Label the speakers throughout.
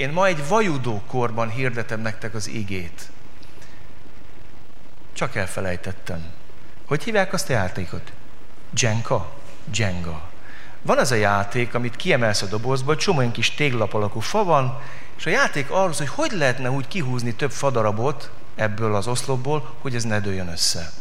Speaker 1: én ma egy vajudó korban hirdetem nektek az igét. Csak elfelejtettem. Hogy hívják azt a játékot? Jenga. Van az a játék, amit kiemelsz a dobozból, csomó olyan kis téglap alakú fa van, és a játék arról szól, hogy lehetne úgy kihúzni több fadarabot ebből az oszlopból, hogy ez ne dőljön össze.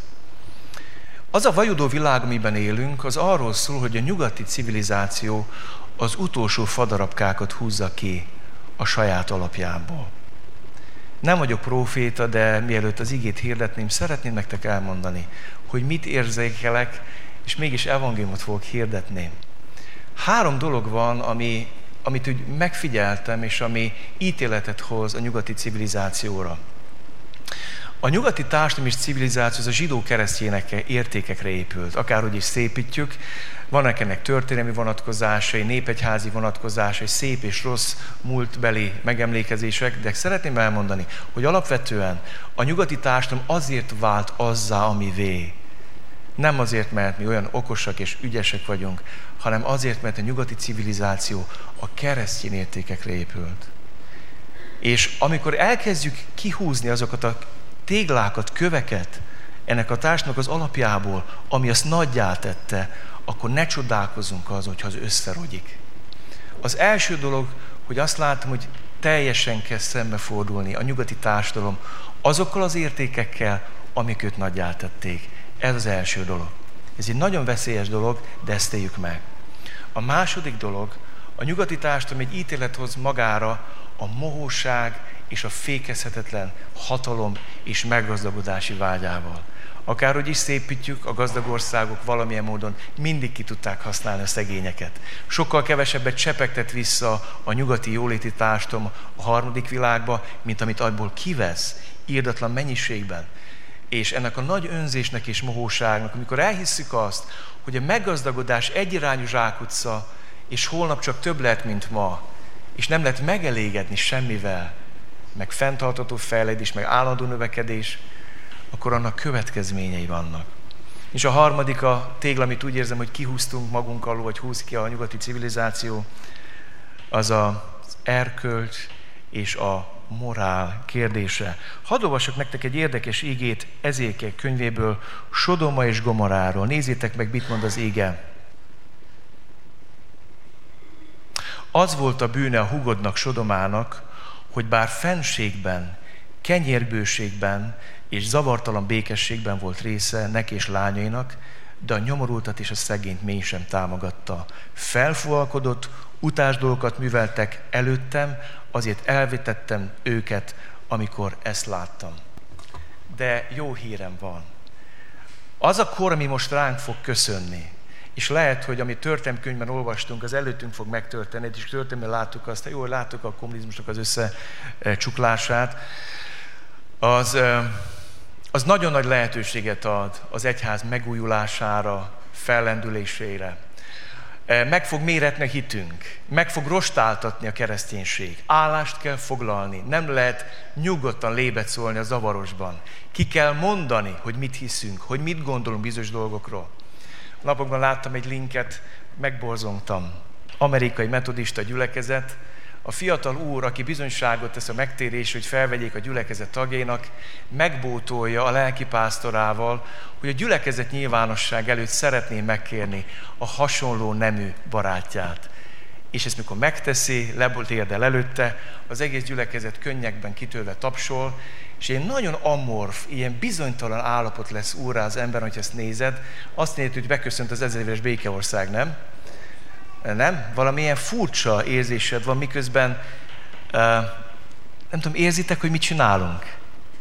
Speaker 1: Az a vajudó világ, amiben élünk, az arról szól, hogy a nyugati civilizáció az utolsó fadarabkákat húzza ki a saját alapjából. Nem vagyok próféta, de mielőtt az igét hirdetném, szeretném nektek elmondani, hogy mit érzékelek, és mégis evangéliumot fogok hirdetni. 3 dolog van, amit úgy megfigyeltem, és ami ítéletet hoz a nyugati civilizációra. A nyugati társadalmi civilizáció az a zsidó-keresztény értékekre épült, akárhogy is szépítjük. Vannak ennek történelmi vonatkozásai, népegyházi vonatkozásai, szép és rossz múltbeli megemlékezések, de szeretném elmondani, hogy alapvetően a nyugati társadalom azért vált azzá, amivé. Nem azért, mert mi olyan okosak és ügyesek vagyunk, hanem azért, mert a nyugati civilizáció a keresztény értékekre épült. És amikor elkezdjük kihúzni azokat a téglákat, köveket ennek a társadalomnak az alapjából, ami azt nagyjá tette, akkor ne csodálkozzunk azon, hogyha az összerogyik. Az első dolog, hogy azt látom, hogy teljesen kezd szembefordulni a nyugati társadalom azokkal az értékekkel, amik őt nagyjá tették. Ez az első dolog. Ez egy nagyon veszélyes dolog, de ezt éljük meg. A második dolog, a nyugati társadalom egy ítélet hoz magára a mohóság és a fékezhetetlen hatalom és meggazdagodási vágyával. Akárhogy is szépítjük, a gazdag országok valamilyen módon mindig ki tudták használni a szegényeket. Sokkal kevesebbet csepegtet vissza a nyugati jóléti társadalom a harmadik világba, mint amit abból kivesz irdatlan mennyiségben. És ennek a nagy önzésnek és mohóságnak, amikor elhisszük azt, hogy a meggazdagodás egyirányú zsákutca, és holnap csak több lehet, mint ma, és nem lehet megelégedni semmivel, meg fenntartható fejlődés, meg állandó növekedés, akkor annak következményei vannak. És a harmadik a tégla, amit úgy érzem, hogy kihúztunk magunk alól, vagy húz ki a nyugati civilizáció, az az erkölcs és a morál kérdése. Hadd olvasok nektek egy érdekes igét Ezékiel könyvéből, Sodoma és Gomoráról. Nézzétek meg, mit mond az ége. Az volt a bűne a hugodnak, Sodomának, hogy bár fenségben, kenyérbőségben és zavartalan békességben volt része neki és lányainak, de a nyomorultat és a szegényt mély sem támogatta. Felfúvalkodott, utás dolgokat műveltek előttem, azért elvetettem őket, amikor ezt láttam. De jó hírem van. Az a kor, ami most ránk fog köszönni, és lehet, hogy amit történelemkönyvben olvastunk, az előttünk fog megtörténni, és történelemben láttuk azt, jól láttuk a kommunizmusnak az összecsuklását, az nagyon nagy lehetőséget ad az egyház megújulására, fellendülésére. Meg fog méretni a hitünk, meg fog rostáltatni a kereszténység. Állást kell foglalni, nem lehet nyugodtan lébet szólni a zavarosban. Ki kell mondani, hogy mit hiszünk, hogy mit gondolunk bizonyos dolgokról. Napokban láttam egy linket, megborzongtam. Amerikai metodista gyülekezet, a fiatal úr, aki bizonyságot tesz a megtérés, hogy felvegyék a gyülekezet tagjainak, megbótolja a lelkipásztorával, hogy a gyülekezet nyilvánosság előtt szeretné megkérni a hasonló nemű barátját. És ezt mikor megteszi, letérdel előtte, az egész gyülekezet könnyekben kitölve tapsol, és ilyen nagyon amorf, ilyen bizonytalan állapot lesz úrrá az ember, hogy ezt nézed, azt nézed, hogy beköszönt az 1000 éves békeország, nem? Nem? Valamilyen furcsa érzésed van, miközben nem tudom, érzitek, hogy mit csinálunk?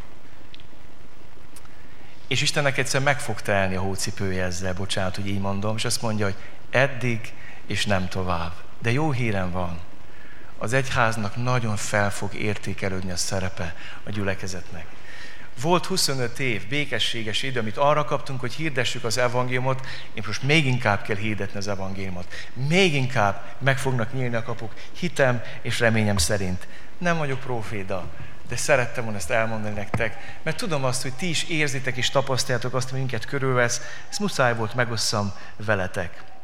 Speaker 1: És Istennek egyszer meg fog telni a hócipője ezzel, bocsánat, hogy így mondom, és azt mondja, hogy eddig és nem tovább. De jó hírem van. Az egyháznak nagyon fel fog értékelődni a szerepe a gyülekezetnek. Volt 25 év békességes idő, amit arra kaptunk, hogy hirdessük az evangéliumot, én most még inkább kell hirdetni az evangéliumot. Még inkább meg fognak nyílni a kapuk, hitem és reményem szerint. Nem vagyok próféta, de szerettem volna ezt elmondani nektek, mert tudom azt, hogy ti is érzitek és tapasztaljátok azt, hogy minket körülvesz, ezt muszáj volt megosszam veletek.